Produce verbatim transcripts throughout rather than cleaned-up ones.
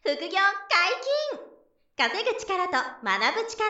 副業解禁！稼ぐ力と学ぶ力。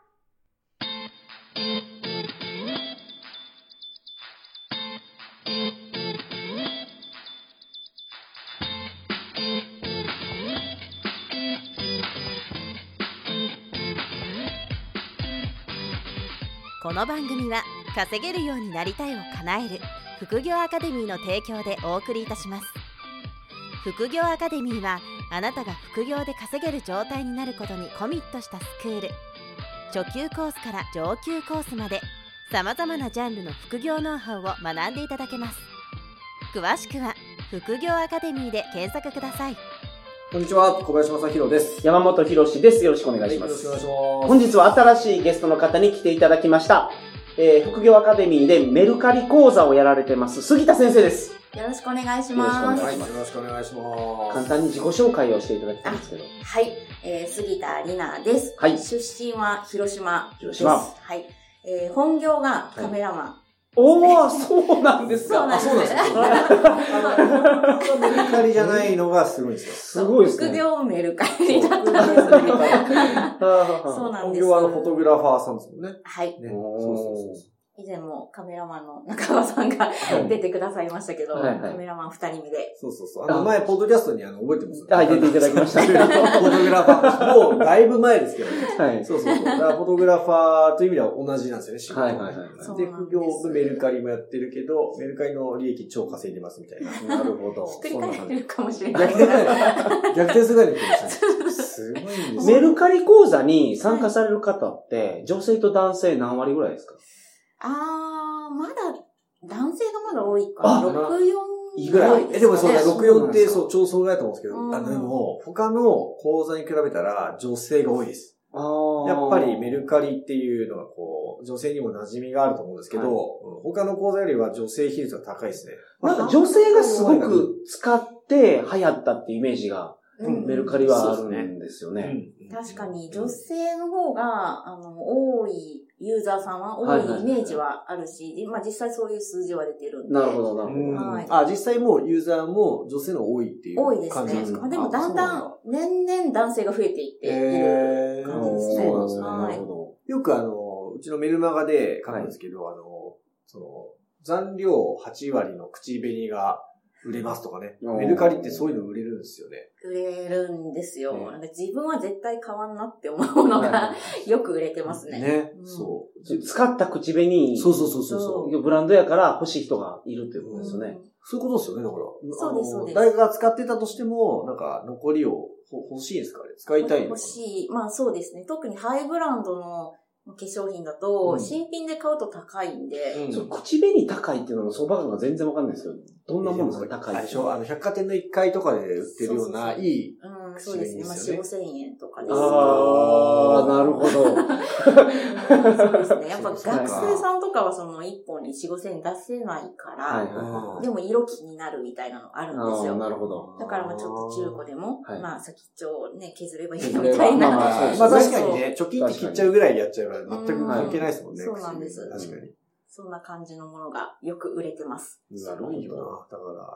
この番組は稼げるようになりたいを叶える副業アカデミーの提供でお送りいたします。副業アカデミーはあなたが副業で稼げる状態になることにコミットしたスクール。初級コースから上級コースまでさまざまなジャンルの副業ノウハウを学んでいただけます。詳しくは副業アカデミーで検索ください。 こんにちは、小林正弘です。 山本博史です。よろしくお願いします。 よろしくお願いします。 本日は新しいゲストの方に来ていただきました。えー、副業アカデミーでメルカリ講座をやられてます杉田先生です。 よろしくお願いします。 はい、よろしくお願いします。 簡単に自己紹介をしていただきたいんですけど。 はい、えー、杉田里奈です。 はい。 出身は広島です。 広島。 はい。えー、本業がカメラマン。はい、 おー、そうなんですか。 そうなんです。 そうなんですか。メルカリじゃないのがすごいですよ。 すごいですね。 副業メルカリだったんですね。そうなんです。 本業はあのフォトグラファーさんですもんね。 はい。 ね、そうそうそう。 以前もカメラマンの中川さんが出てくださいましたけど、はいはい、カメラマン二人目で。 そうそうそう。あの前、ポッドキャストにあの覚えてます？ はい、出ていただきました。 フォトグラファー。もうだいぶ前ですけどね。 はい。 そうそうそう。だからフォトグラファーという意味では同じなんですよね、仕事。 はいはいはい。 で、副業のメルカリもやってるけど、メルカリの利益超稼いでますみたいな。 なるほど。 ひっくり返ってるかもしれない。 逆転、逆転するぐらいの気がした。すごいんですよ。メルカリ講座に参加される方って、女性と男性何割ぐらいですか？ あー、まだ、男性がまだ多いかな。ろくじゅうよんいいぐらい。え、でもそうだ、ろくじゅうよんってそう、超総外だと思うんですけど、あの、でも、他の講座に比べたら女性が多いです。あやっぱりメルカリっていうのがこう、女性にも馴染みがあると思うんですけど、はい、他の講座よりは女性比率が高いですね。 なんか女性がすごく使って流行ったっていうイメージが、うん、メルカリはあるんですよね。 うん、確かに女性の方が、あの、多い、ユーザーさんは多いイメージはあるし、はいはいはい、まあ実際そういう数字は出てるんで。 なるほど、なるほど。 はい、 あ、実際もうユーザーも女性の多いっていう感じですか？ 多いですね。でもだんだん年々男性が増えていっている感じですね。 そうなんですね。なるほど。よくあの、うちのメルマガで書くんですけど、はい、あの、その、残量はち割の口紅が売れますとかね。メルカリってそういうの売れるんですよね。 売れるんですよ。ね、なんか自分は絶対買わんなって思うものがよく売れてますね。 ね、 うん。 そう。使った口紅。 そうそうそうそう。 ブランドやから欲しい人がいるっていうことですよね。うん、 そういうことですよね、だから。 そうです、そうです。 誰かが使ってたとしても、なんか残りを欲しいですかね？使いたいのかな？ 欲しい。まあそうですね。特にハイブランドの化粧品だと、新品で買うと高いんで。 うん、そう、口紅高いっていうのの相場感が全然わかんないですけど、どんなものですか？高いでしょ？あの、百貨店のいっかいとかで売ってるような、いい、 うん、そうですね。まあ、よん、ごせんえんとかです。 ああ、なるほど。 そうですね。やっぱ学生さんとかはそのいっぽんによん、ごせんえん出せないから、はいはいはい、でも色気になるみたいなのあるんですよ。 なるほど。 だからまあちょっと中古でも、はい、まあ先っちょをね、削ればいいみたいな。 まあ、まあ、まあ確かにね、貯金って切っちゃうぐらいやっちゃえば全く関係ないですもんね。 そうなんです。 確かに。 そんな感じのものがよく売れてます。 なるほどな。だから、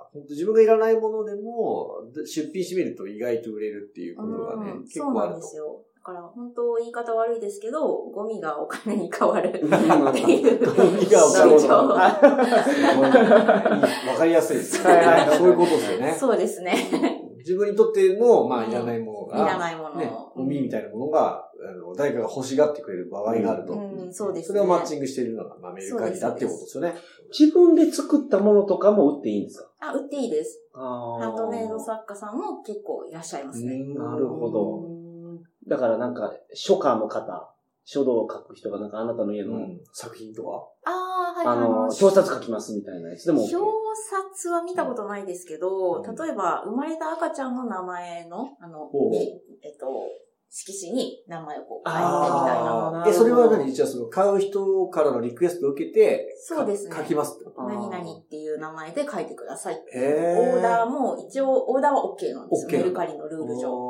本当自分がいらないものでも、出品してみると意外と売れるっていうことがね、結構あると。そうなんですよ。だから本当言い方悪いですけど、ゴミがお金に変わるっていう。ゴミがお金に変わる。 わかりやすいですね。はいはい。そういうことですよね。 そうですね。 自分にとっての、まあ、いらないものが、 いらないもの。 ね、ゴミみたいなものが、あの、誰かが欲しがってくれる場合があると。 うん、そうですね。 それをマッチングしているのが、まあ、メルカリだっていうことですよね。 自分で作ったものとかも売っていいんですか？ あ、売っていいです。ハンドメイド作家さんも結構いらっしゃいますね。 なるほど。だからなんか、書家の方、書道を書く人がなんかあなたの家の作品とか、 ああ、はい、 あの、表札書きますみたいなやつでも、OK。 表札は見たことないですけど、例えば、生まれた赤ちゃんの名前の、あの、えっと、色紙に名前をこう書いてみたいな。 え、それは何？じゃあその買う人からのリクエストを受けて、 そうですね。 書きますってこと？ 何々っていう名前で書いてください。オーダーも一応、オーダーは OK なんですよ。メルカリのルール上。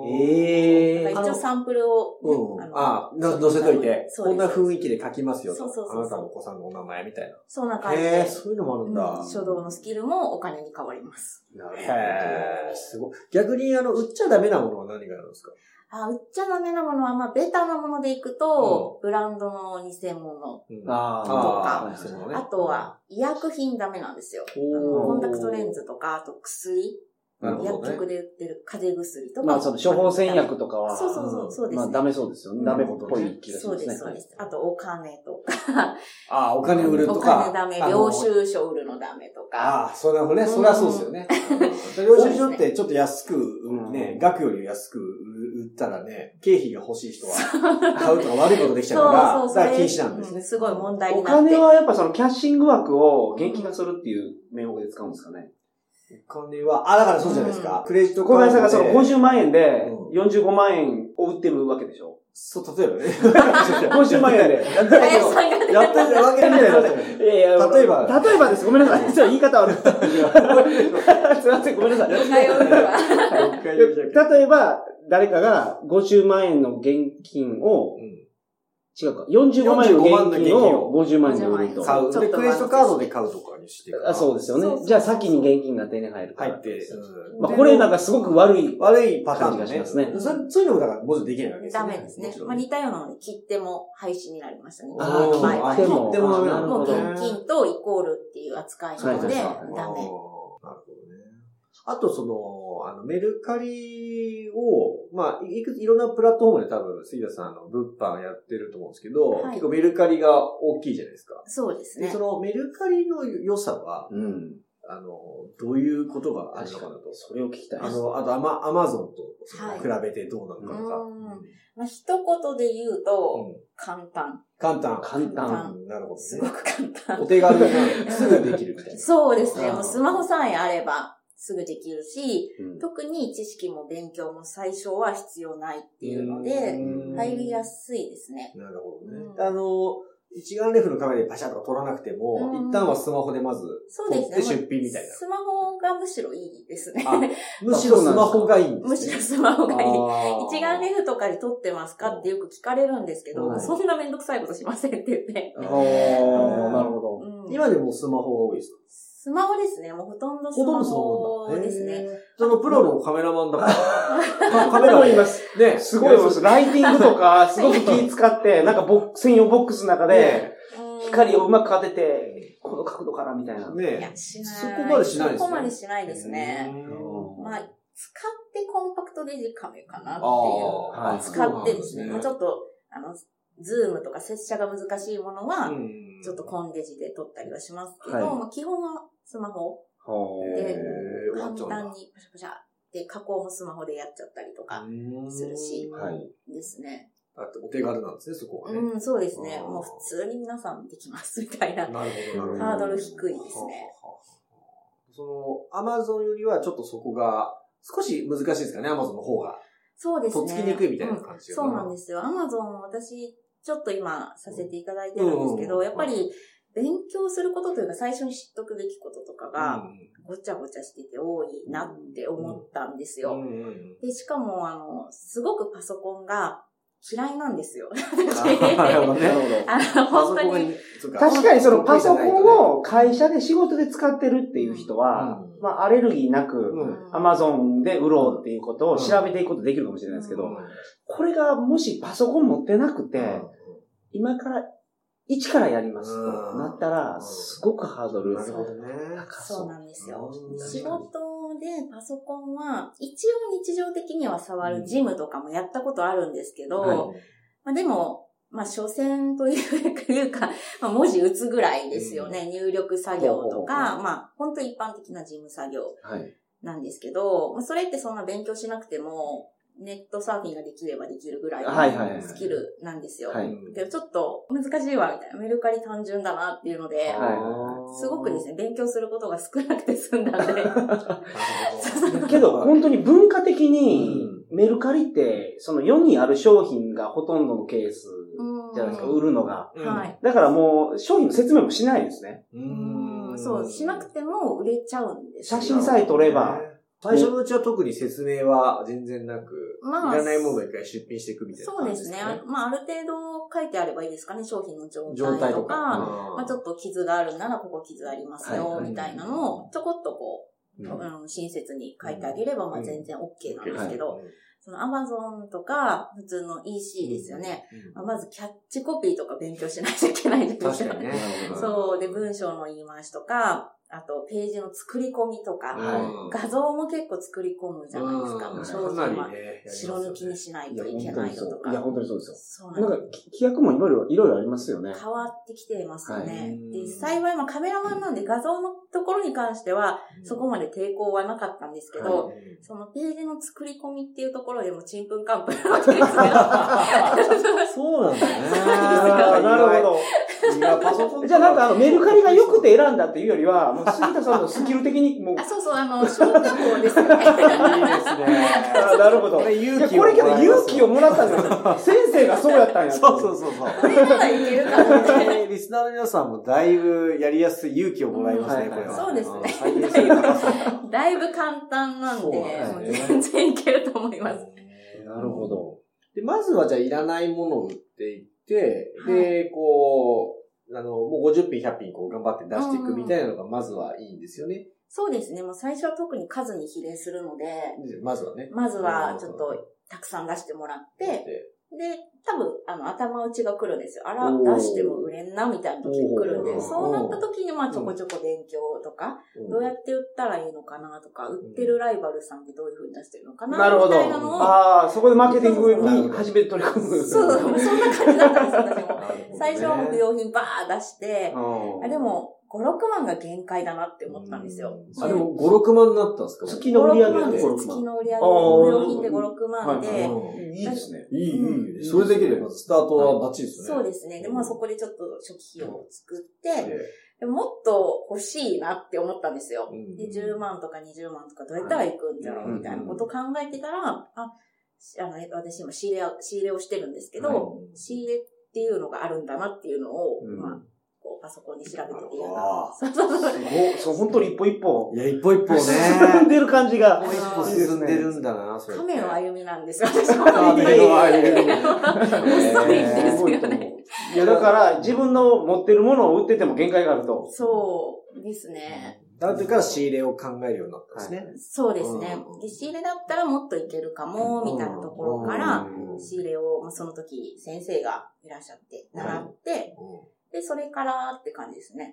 ええー。一応サンプルを、 ね、うん、ああ、載せといて、こんな雰囲気で書きますよと。 そうそうそうそう。 あなたのお子さんのお名前みたいな。 そんな感じで。 へー、そういうのもあるんだ。 うん、書道のスキルもお金に変わります。 なるほど。へー、すごい。逆に、あの、売っちゃダメなものは何があるんですか？ あ、売っちゃダメなものは、まあ、ベタなものでいくと、うん、ブランドの偽物とか、うん、あ, あとは、医薬品ダメなんですよ。コンタクトレンズとか、あと薬。 なるほどね、 薬局で売ってる風邪薬とか。 まあ、その処方箋薬とかは。 そうそうそう、そうですね。 まあ、ダメそうですよね。ダメっぽい気がしますね。 そうです、そうです。あと、お金とか。 ああ、お金売るとか。 お金ダメ、領収書売るのダメとか。 ああ、それはね、それはそうですよね。領収書ってちょっと安く、ね、額より安く売ったらね、経費が欲しい人は買うとか悪いことできちゃうから、そうそうそう、だから禁止なんですね。 すごい問題になって。 お金はやっぱそのキャッシング枠を現金化するっていう名目で使うんですかね。 お金は、あ、だからそうじゃないですか。うん、クレジットカードで。 小林さんがそのごじゅうまんえんでよんじゅうごまんえんを売ってるわけでしょ？ そう、例えばね。 ごじゅうまんえんで。 やってるやってるわけみたいな。いやいや、例えば。 例えばです。ごめんなさい。ちょっと言い方悪い。すいません、ごめんなさい。例えば、誰かがごじゅうまんえんの現金を、うん、違うか。よんじゅうごまんえんの現金をごじゅうまんえんで売ると。 買う。で、クレジットカードで買うとかにしてあ、そうですよね。じゃあ先に現金が手に入るから。 入って。 まあこれなんかすごく悪い。 悪いパターンがしますね。 そういうのもだからもちろんできないわけですね。 ダメですね。まあ似たようなので切手も廃止になりましたね。 ああ、切手も。 切手もダメなの。 もう現金とイコールっていう扱いなので、ダメ。なるほどね。 あとその、あの、メルカリを、まあ、いくつ、いろんなプラットフォームで多分、杉田さんの物販やってると思うんですけど、はい、結構メルカリが大きいじゃないですか。 そうですね。 で、そのメルカリの良さは、うん、あの、どういうことがあるのかなと。 それを聞きたいです。 あの、あとアマ、アマゾンと比べてどうなのかとか。 はい、うんまあ、一言で言うと、うん、簡単。 簡単。 簡単。 なるほど、ね。 すごく簡単。 お手軽な、すぐできるみたいな。 そうですね。もうスマホさえあれば、すぐできるし、うん、特に知識も勉強も最初は必要ないっていうので、入りやすいですね。 なるほどね。うん、あの、一眼レフのカメラでパシャッと撮らなくても、うん、一旦はスマホでまず撮って出品みたいな。 スマホがむしろいいですね。 むしろスマホがいいんですね。 むしろスマホがいい。一眼レフとかで撮ってますかってよく聞かれるんですけど、そんなめんどくさいことしませんって言って。 ああ、なるほど。 今でもスマホが多いですか？ スマホですね。もうほとんどスマホですね。 そのプロのカメラマンだから。 カメラマンいます。ね、すごいます。ライティングとか、すごく気使って、なんかボ専用ボックスの中で、光をうまく当てて、この角度からみたいな。 ねいや、しない。 そこまでしないですね。 そこまでしないですね。まあ、使ってコンパクトデジカメかなっていう。はい、使ってですね。まあちょっと、あの、ズームとか接写が難しいものは、ちょっとコンデジで撮ったりはしますけど、まあ基本はスマホで、簡単にパシャパシャって加工もスマホでやっちゃったりとかするし、ですね。 あとお手軽なんですね、そこはね。 うん、そうですね。もう普通に皆さんできますみたいな。なるほど、なるほど。ハードル低いですね。 その、アマゾンよりはちょっとそこが、少し難しいですかね、アマゾンの方が。 そうですね。 とっつきにくいみたいな感じが、うん、そうなんですよ。アマゾン、私、ちょっと今させていただいてるんですけど、やっぱり勉強することというか最初に知っとくべきこととかがごちゃごちゃしてて多いなって思ったんですよ。で、しかもあの、すごくパソコンが嫌いなんですよ。 なるほどね。 あの、本当に。 確かにそのパソコンを会社で仕事で使ってるっていう人は、うん、まあアレルギーなく、アマゾンで売ろうっていうことを調べていくことできるかもしれないですけど、うん、これがもしパソコン持ってなくて、うん、今から一からやりますとなったら、すごくハードル高そう。 そうなんですよ。仕事でパソコンは、一応日常的には触るジムとかもやったことあるんですけど、はい、まあでも、まあ、所詮というか、まあ、文字打つぐらいですよね。うん、入力作業とか、まあ、本当一般的な事務作業なんですけど、はい、まあ、それってそんな勉強しなくても、ネットサーフィンができればできるぐらいのスキルなんですよ。けどちょっと難しいわ、みたいな。メルカリ単純だなっていうので、はい、すごくですね、勉強することが少なくて済んだんで。 けど、本当に文化的に、メルカリって、その世にある商品がほとんどのケースじゃないですか、売るのが。はい。だからもう、商品の説明もしないですね。 うん。そう、しなくても売れちゃうんですよ。写真さえ撮れば、 最初のうちは特に説明は全然なく、まあ、いらないものを一回出品していくみたいな感じですね。 そうですね。まあ、ある程度書いてあればいいですかね、商品の状態とか、状態とかまあ、ちょっと傷があるならここ傷ありますよ、はい、みたいなのをちょこっとこう、うん、親切に書いてあげれば、まあ、全然 OK なんですけど、うんはい、その Amazon とか普通の イーシー ですよね、うんうん、まずキャッチコピーとか勉強しないといけないんですよね。そうで文章の言い回しとか、あとページの作り込みとか、はい、画像も結構作り込むじゃないですか。もう商品は白抜きにしないといけないよとか。 いや本当にそうですよ。そうなんです。なんか規約もいろいろいろいろありますよね。 変わってきてますよね。はい、で幸いまあカメラマンなんで画像のところに関してはそこまで抵抗はなかったんですけど、はい、そのページの作り込みっていうところでもちんぷんかんぷんなわけですよ。 そうなんだね。 なるほど。パソコンじゃあなんかあのメルカリが良くて選んだっていうよりは、もう杉田さんのスキル的にもう。 あ、そうそう、あの、小学校ですね。いいですね。なるほど。これ勇気をもらった。これけど勇気をもらったんですよ。先生がそうやったんや。 そうそうそうそう。 これならいけるかなね。 リスナーの皆さんもだいぶやりやすい勇気をもらいますね、これは。 そうですね。だいぶ簡単なんで、もう全然いけると思います。 なるほど。 で、まずはじゃあいらないものを売っていって、で、こう、あの、もうごじゅっぴん、ひゃっぴんこう頑張って出していくみたいなのがまずはいいんですよね。 そうですね。もう最初は特に数に比例するので、 まずはね。 まずはちょっとたくさん出してもらって、で、多分、あの、頭打ちが来るんですよ。あら、出しても売れんな、みたいな時来るんで、そうなった時に、まあ、ちょこちょこ勉強とか、どうやって売ったらいいのかなとか、売ってるライバルさんってどういう風に出してるのかな、みたいなのを。 ああ、そこでマーケティングに初めて取り込む。 そう、そんな感じだったんですよ、私も。最初は不用品バー出して、あでも、ご、ろくまんが限界だなって思ったんですよ。 あ、でもご、ろくまんになったんですか？ 月の売り上げでご、ろくまん。月の売り上げ、不用品でご、ろくまんで。 いいですね。 いい、いい。それだけでまずスタートはバッチリですね。 そうですね。で、まあそこでちょっと初期費用を作って、でもっと欲しいなって思ったんですよ。で、じゅうまんとかにじゅうまんとかどうやったら行くんだろうみたいなことを考えてたら、あ、あの、私今仕入れ、仕入れをしてるんですけど、仕入れっていうのがあるんだなっていうのを、まあ、パソコンに調べててやな。 そうそうそう。そう、本当に一歩一歩。 いや、一歩一歩ね。 進んでる感じが。 一歩進んでるんだな、 それ。亀の歩みなんですよ、私も。亀の歩み。 遅いんですよね。 いや、だから、自分の持ってるものを売ってても限界があると。 そうですね。 だってから仕入れを考えるようになったんですね。 そうですね。で仕入れだったらもっといけるかも、みたいなところから、仕入れを、その時、先生がいらっしゃって、習って、で、それからって感じですね。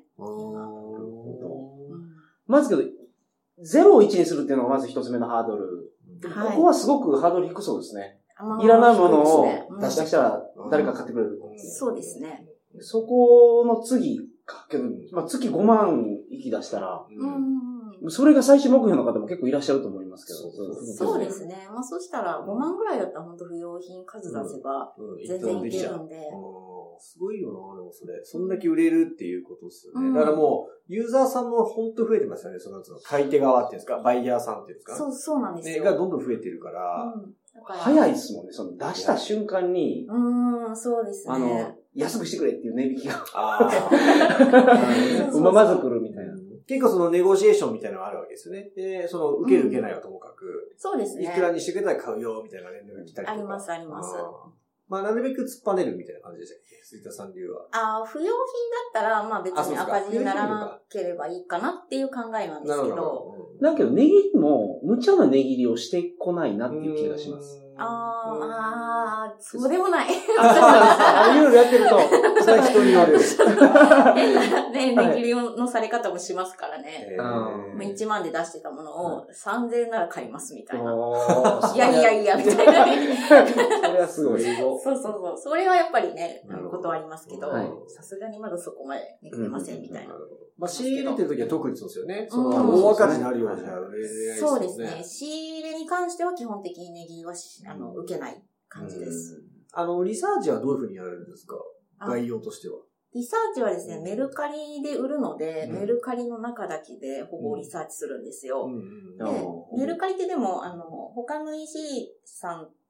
まずけど、ゼロをいちにするっていうのがまず一つ目のハードル。はい、ここはすごくハードル低そうですね。いらないものを出したら誰か買ってくれる。 そうですね。 そこの次、けど、まあ、月ごまんいき出したら、うん、それが最終目標の方も結構いらっしゃると思いますけど。 そうですね。まあ、そしたらごまんぐらいだったら本当不用品数出せば全然いけるんで。 すごいよな、でもそれ。そんだけ売れるっていうことですよね。うん、だからもう、ユーザーさんも本当増えてますよね。その買い手側っていうんですか、バイヤーさんっていうんですか。 そう、そうなんですよ。 ね、がどんどん増えてるから。 うん、だから早いですもんね。その出した瞬間に。 うん、そうですね。あの、 安くしてくれっていう値引きが。ああ。うままずくるみたいな。 結構そのネゴシエーションみたいなのがあるわけですよね。で、その受ける受けないはともかく。 うん、そうですね。 いくらにしてくれたら買うよみたいな連絡が来たりとか。 あります、あります。 まあ、なるべく突っぱねるみたいな感じでしたっけ、杉田さん流は。 ああ、不要品だったら、まあ別に赤字にならなければいいかなっていう考えなんですけど。どだけど、値切りも、無茶な値切りをしてこないなっていう気がします。 ああ、まあ、そうでもない。 ああいうのやってると、 それは人に言われる。 ね、値切りのされ方もしますからね。いちまんで出してたものをさんぜんえんなら買いますみたいな。いやいやいや、みたいな。 それはすごい。 そうそうそう。それはやっぱりね、断りますけど、さすがにまだそこまでできてませんみたいな。 まあ、仕入れてるときは特にそうですよね。その、大赤字になるようじゃ売れないですよね。 そうですね。仕入れに関しては基本的に値切りはあの受けない感じです。 あの、リサーチはどういうふうにやるんですか？概要としては。 リサーチはですね、メルカリで売るので、メルカリの中だけでほぼリサーチするんですよ。で、メルカリってでも、あの、他の イーシー さんと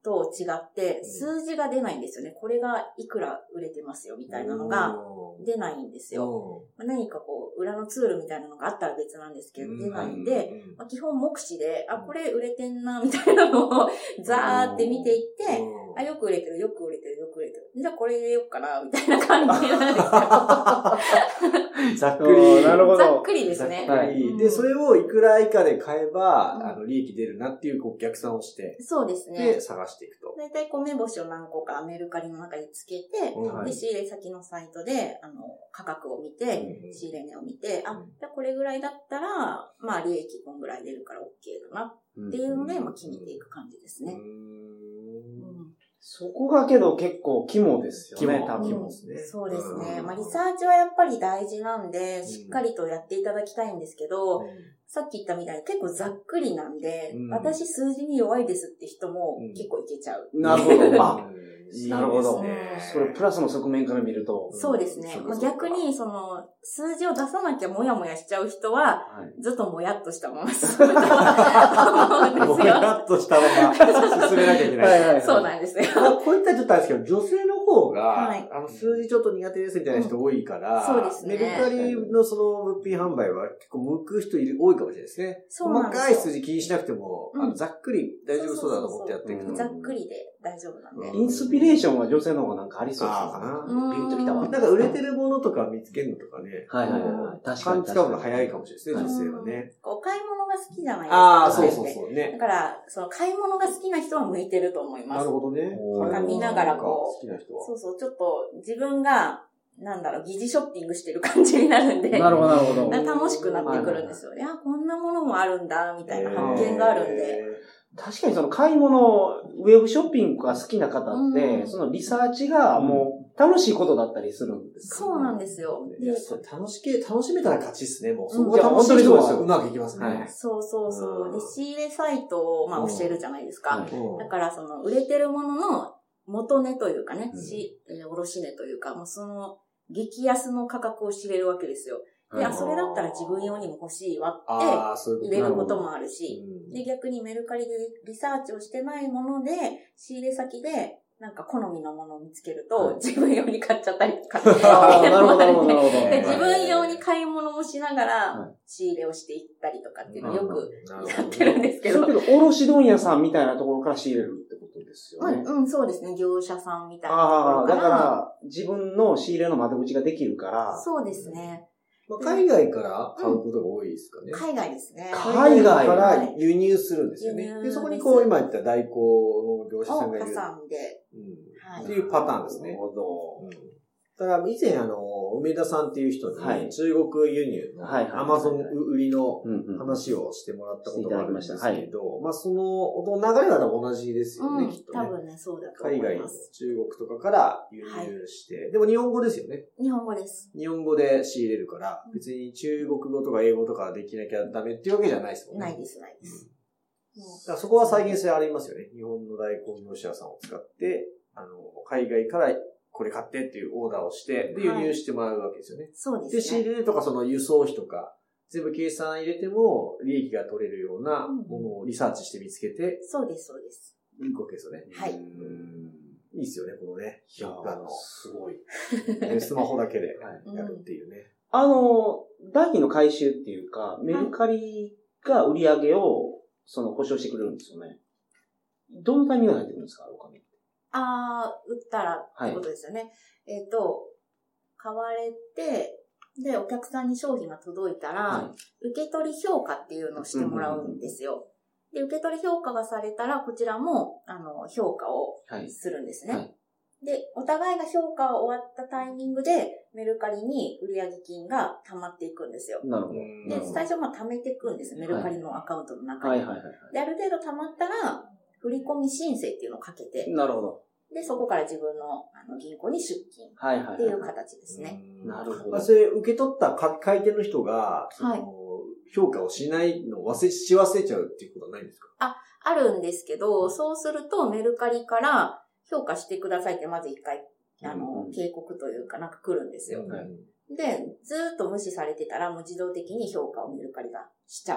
と違って数字が出ないんですよね。これがいくら売れてますよみたいなのが出ないんですよ。まあ、何かこう裏のツールみたいなのがあったら別なんですけど出ないんで、まあ、基本目視であこれ売れてんなみたいなのをザーって見ていってあよく売れてるよく売れてるよく売れてるじゃあこれ入れようかなみたいな感じなんですよ。 ざっくり。 なるほど。 ざっくりですね。 はい。で、それをいくら以下で買えば、うん、あの、利益出るなっていうこう逆算をして。 そうですね。 で、探していくと。 だいたいこう目星を何個かメルカリの中につけて、うん、で、仕入れ先のサイトで、あの、価格を見て、うん、仕入れ値を見て、うん、あ、じゃあこれぐらいだったら、まあ利益こんぐらい出るから OK だなっていうので、まあ決めていく感じですね。 うんそこがけど結構肝ですよね、多分。 肝ですね。そうですね。まあリサーチはやっぱり大事なんで、しっかりとやっていただきたいんですけど、うん、さっき言ったみたいに結構ざっくりなんで、うん、私数字に弱いですって人も結構いけちゃう。 うん、なるほど。あなるほど。それプラスの側面から見ると。 そうですね。まあ、逆に、その、数字を出さなきゃもやもやしちゃう人は、はい、ずっともやっとしたまま進むと思うんですよ。 もやっとしたまま進めなきゃいけない。はいはいはい、 そうなんですよ。 こういったちょっとあれですけど、女性の方が、はい、あの、数字ちょっと苦手ですみたいな人多いから、うん、そうですね。メルカリのその物品販売は結構向く人いる多いかもしれないですね。そうなんですよ。細かい数字気にしなくても、うん、あのざっくり大丈夫そうだと思ってやっていくと。 ざっくりで大丈夫なんで。 インスピレーションは女性の方がなんかありそうかな。ビビッときたわ。 なんか売れてるものとか見つけるのとかね。 はいはいはい。 確かに。使うの早いかもしれないですね、女性はね。 お買い物が好きじゃないですか。 ああ、そうそうそうね。 だから、その買い物が好きな人は向いてると思います。 なるほどね。 なんか見ながらこう。好きな人は。そうそう、ちょっと自分が、なんだろう、疑似ショッピングしてる感じになるんで。 なるほど、なるほど。 楽しくなってくるんですよね。あ、こんなものもあるんだ、みたいな発見があるんで。 確かにその買い物、ウェブショッピングが好きな方って、うん、そのリサーチがもう楽しいことだったりするんですか、ね、そうなんですよ。 で楽しけ、楽しめたら勝ちですね、もう。そこが楽しい人はうまくいきますね。はい、 そうそうそう。で、仕入れサイトをまあ教えるじゃないですか。だからその売れてるものの元値というかね、うん、し、えー、卸値というか、もうその激安の価格を知れるわけですよ。で、あ、それだったら自分用にも欲しいわって入れることもあるし、で、逆にメルカリでリサーチをしてないもので、仕入れ先で、なんか好みのものを見つけると、自分用に買っちゃったりとか。 ああ、なるほど、なるほど、なるほど。 で、自分用に買い物もしながら、仕入れをしていったりとかっていうのをよくやってるんですけど。 だけど、卸問屋さんみたいなところから仕入れるってことですよね。 うん、そうですね。業者さんみたいなところから。 ああ、だから、自分の仕入れの窓口ができるから。 そうですね。 まあ、海外から買うことが多いですかね。 うん、海外ですね。 海外から輸入するんですよね。で、そこにこう、今言った代行の業者さんがいる。 挟んで。 うん。はい、っていうパターンですね。なるほど。うんだから以前あの、梅田さんっていう人に、中国輸入のアマゾン売りの話をしてもらったことがあるんですけど、まあその流れは同じですよね、きっとね。 多分ね、そうだと思います。 海外の中国とかから輸入して、でも日本語ですよね。 日本語です。 日本語で仕入れるから、別に中国語とか英語とかできなきゃダメっていうわけじゃないですもんね。 ないです、ないです。 だからそこは再現性ありますよね。日本の代行業者さんを使って、あの、海外からこれ買ってっていうオーダーをして、で、輸入してもらうわけですよね。はい、 そうですね。 で、仕入れとかその輸送費とか、全部計算入れても、利益が取れるようなものをリサーチして見つけて、 うん、そうです、そうです。 いいわけですよね。 はい。 うんいいですよね、このね。 いやあの、すごい。 スマホだけでやるっていうね。 うん、あの、代金の回収っていうか、メルカリが売り上げを、その、保証してくれるんですよね。どのタイミングで入ってくるんですか、お金。 ああ、売ったらってことですよね。はい、えっと、買われて、で、お客さんに商品が届いたら、はい、受け取り評価っていうのをしてもらうんですよ。で、受け取り評価がされたら、こちらも、あの、評価をするんですね。はいはい、で、お互いが評価が終わったタイミングで、メルカリに売上金が溜まっていくんですよ。 なるほど。 で、最初まあ溜めていくんです。メルカリのアカウントの中に。はいはいはいはい、で、ある程度溜まったら、振込申請っていうのをかけて。 なるほど。 で、そこから自分のあの銀行に出金っていう形ですね。 なるほど。 まあ、それ受け取った買い手の人が、その、はい、評価をしないのを忘れ、し忘れちゃうっていうことはないんですか？ あ、あるんですけど、そうするとメルカリから評価してくださいってまず一回、あの、うん、警告というかなんか来るんですよ。うん、で、ずーっと無視されてたらもう自動的に評価をメルカリがしちゃう。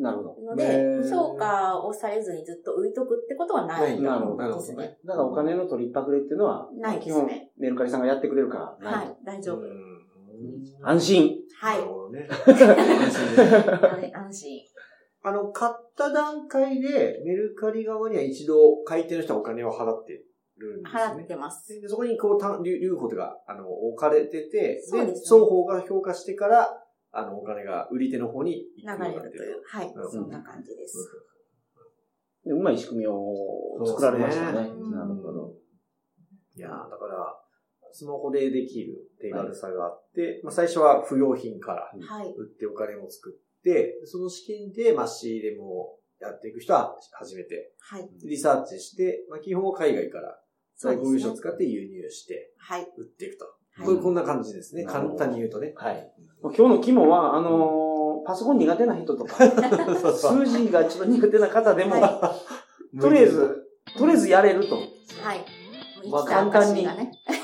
なるほど。 ので、評価をされずにずっと浮いとくってことはないですね。 なるほど。だからお金の取りっぱぐれっていうのは、 ないですね。 基本、メルカリさんがやってくれるからない。 はい、大丈夫。 安心。 はい。 なるほどね。 安心。 あの、買った段階で、メルカリ側には一度、買い手の人はお金を払ってるんですね。 払ってます。 でそこにこう、留保とか、あの、置かれてて、 そうですね。 双方が評価してから、あの、お金が売り手の方に流れるという。はい。そんな感じです。 うまい仕組みを作られましたね。なるほど。 いやー、だから、スマホでできる手軽さがあって、はい、まあ最初は不用品から売ってお金も作って、はい、その資金でまあ仕入れもやっていく人は初めて、はい、リサーチして、まあ基本は海外から在庫融資を使って輸入して、売っていくと。はい、こ, こんな感じですね。簡単に言うとね。 はい。今日の肝は、あのー、パソコン苦手な人とか、数字がちょっと苦手な方でも、はい、とりあえず、とりあえずやれると。はい。まあ簡単に。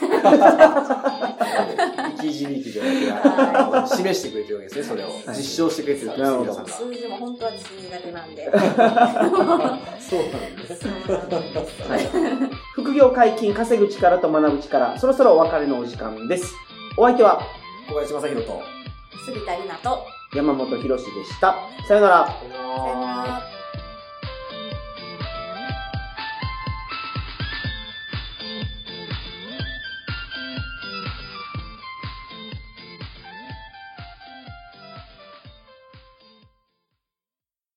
生き字引じゃなくて、示してくれてるわけですね、それを。実証してくれてる皆さんが。数字も本当は私苦手なんで。そうなんですね。そうなんです。 はい。副業解禁、稼ぐ力と学ぶ力、そろそろお別れのお時間です。お相手は、 小林正宏と、 杉田里奈と、 山本博史でした。さよなら。 さよなら。